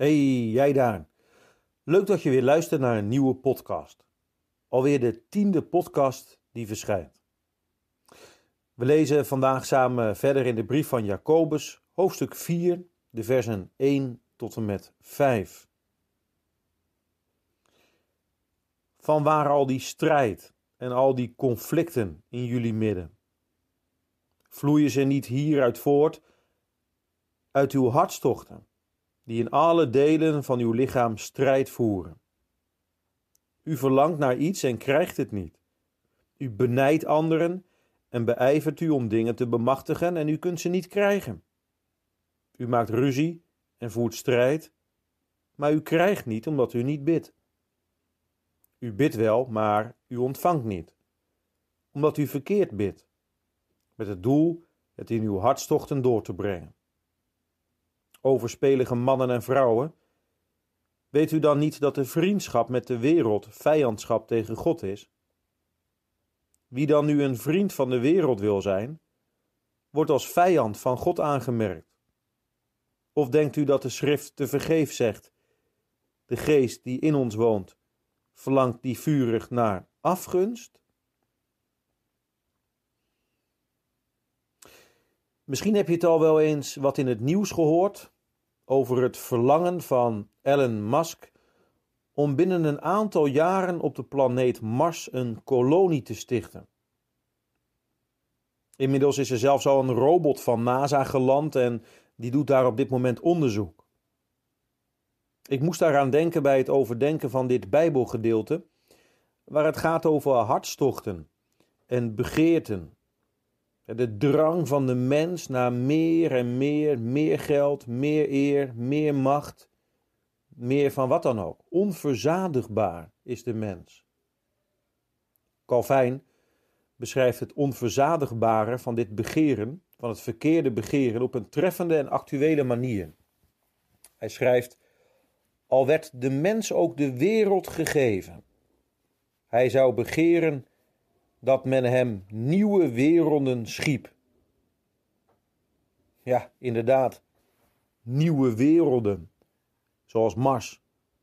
Hey, jij daar. Leuk dat je weer luistert naar een nieuwe podcast. Alweer de 10e podcast die verschijnt. We lezen vandaag samen verder in de brief van Jacobus, hoofdstuk 4, de versen 1 tot en met 5. Vanwaar al die strijd en al die conflicten in jullie midden? Vloeien ze niet hieruit voort, uit uw hartstochten, die in alle delen van uw lichaam strijd voeren? U verlangt naar iets en krijgt het niet. U benijdt anderen en beijvert u om dingen te bemachtigen en u kunt ze niet krijgen. U maakt ruzie en voert strijd, maar u krijgt niet omdat u niet bidt. U bidt wel, maar u ontvangt niet, omdat u verkeerd bidt, met het doel het in uw hartstochten door te brengen. Overspelige mannen en vrouwen, weet u dan niet dat de vriendschap met de wereld vijandschap tegen God is? Wie dan nu een vriend van de wereld wil zijn, wordt als vijand van God aangemerkt. Of denkt u dat de schrift tevergeefs zegt: de geest die in ons woont, verlangt die vurig naar afgunst? Misschien heb je het al wel eens wat in het nieuws gehoord over het verlangen van Elon Musk om binnen een aantal jaren op de planeet Mars een kolonie te stichten. Inmiddels is er zelfs al een robot van NASA geland en die doet daar op dit moment onderzoek. Ik moest daaraan denken bij het overdenken van dit Bijbelgedeelte, waar het gaat over hartstochten en begeerten. De drang van de mens naar meer en meer, meer geld, meer eer, meer macht, meer van wat dan ook. Onverzadigbaar is de mens. Calvijn beschrijft het onverzadigbare van dit begeren, van het verkeerde begeren, op een treffende en actuele manier. Hij schrijft: al werd de mens ook de wereld gegeven, hij zou begeren dat men hem nieuwe werelden schiep. Ja, inderdaad, nieuwe werelden, zoals Mars.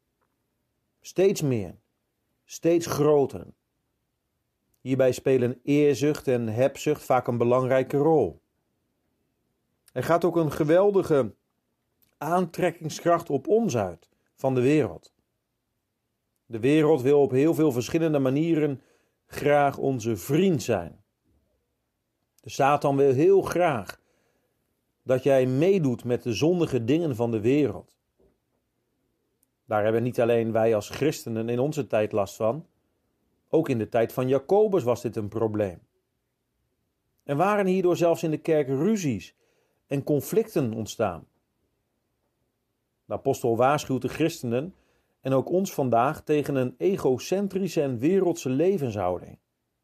Steeds meer, steeds groter. Hierbij spelen eerzucht en hebzucht vaak een belangrijke rol. Er gaat ook een geweldige aantrekkingskracht op ons uit, van de wereld. De wereld wil op heel veel verschillende manieren graag onze vriend zijn. De Satan wil heel graag dat jij meedoet met de zondige dingen van de wereld. Daar hebben niet alleen wij als christenen in onze tijd last van. Ook in de tijd van Jacobus was dit een probleem. Er waren hierdoor zelfs in de kerk ruzies en conflicten ontstaan. De apostel waarschuwt de christenen en ook ons vandaag tegen een egocentrische en wereldse levenshouding.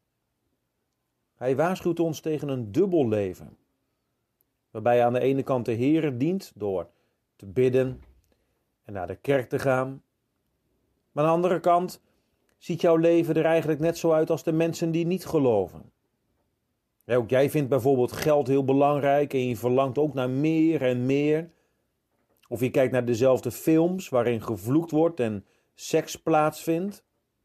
Hij waarschuwt ons tegen een dubbel leven, waarbij je aan de ene kant de Heere dient door te bidden en naar de kerk te gaan. Maar aan de andere kant ziet jouw leven er eigenlijk net zo uit als de mensen die niet geloven. Ja, ook jij vindt bijvoorbeeld geld heel belangrijk en je verlangt ook naar meer en meer. Of je kijkt naar dezelfde films waarin gevloekt wordt en seks plaatsvindt.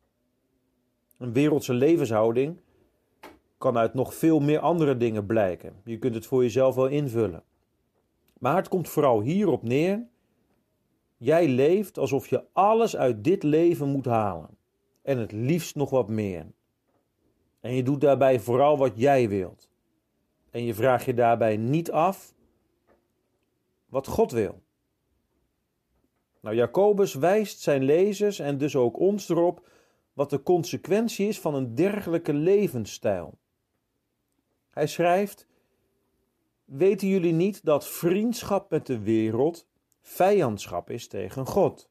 Een wereldse levenshouding kan uit nog veel meer andere dingen blijken. Je kunt het voor jezelf wel invullen. Maar het komt vooral hierop neer: jij leeft alsof je alles uit dit leven moet halen. En het liefst nog wat meer. En je doet daarbij vooral wat jij wilt. En je vraagt je daarbij niet af wat God wil. Nou, Jacobus wijst zijn lezers en dus ook ons erop wat de consequentie is van een dergelijke levensstijl. Hij schrijft: weten jullie niet dat vriendschap met de wereld vijandschap is tegen God?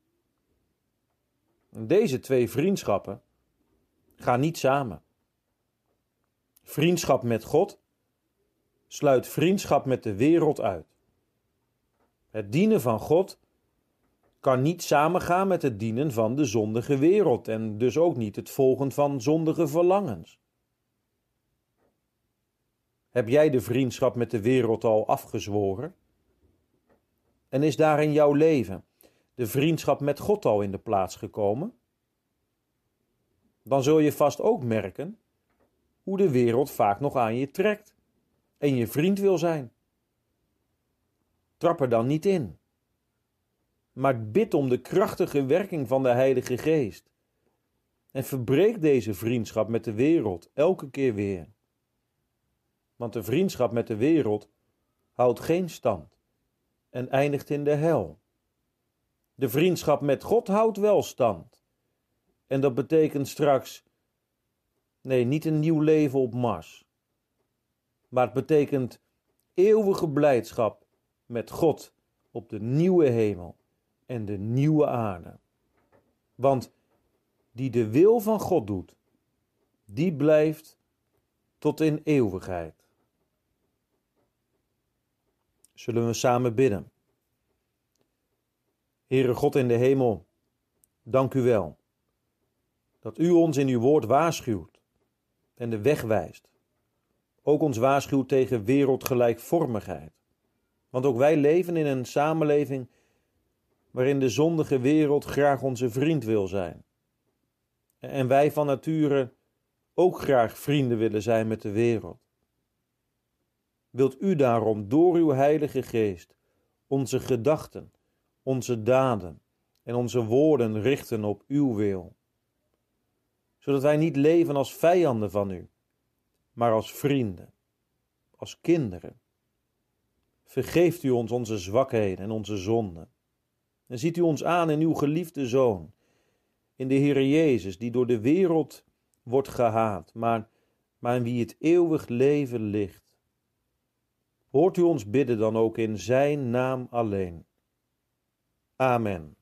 Deze twee vriendschappen gaan niet samen. Vriendschap met God sluit vriendschap met de wereld uit. Het dienen van God kan niet samengaan met het dienen van de zondige wereld en dus ook niet het volgen van zondige verlangens. Heb jij de vriendschap met de wereld al afgezworen? En is daarin jouw leven de vriendschap met God al in de plaats gekomen? Dan zul je vast ook merken hoe de wereld vaak nog aan je trekt en je vriend wil zijn. Trap er dan niet in, maar bid om de krachtige werking van de Heilige Geest en verbreek deze vriendschap met de wereld elke keer weer. Want de vriendschap met de wereld houdt geen stand en eindigt in de hel. De vriendschap met God houdt wel stand. En dat betekent straks, nee, niet een nieuw leven op Mars. Maar het betekent eeuwige blijdschap met God op de nieuwe hemel en de nieuwe aarde. Want die de wil van God doet, die blijft tot in eeuwigheid. Zullen we samen bidden? Heere God in de hemel, dank u wel dat u ons in uw woord waarschuwt en de weg wijst. Ook ons waarschuwt tegen wereldgelijkvormigheid. Want ook wij leven in een samenleving waarin de zondige wereld graag onze vriend wil zijn. En wij van nature ook graag vrienden willen zijn met de wereld. Wilt u daarom door uw Heilige Geest onze gedachten, onze daden en onze woorden richten op uw wil, zodat wij niet leven als vijanden van u, maar als vrienden, als kinderen. Vergeeft u ons onze zwakheden en onze zonden. En ziet u ons aan in uw geliefde Zoon, in de Heere Jezus, die door de wereld wordt gehaat, maar in wie het eeuwig leven ligt. Hoort u ons bidden dan ook in zijn naam alleen. Amen.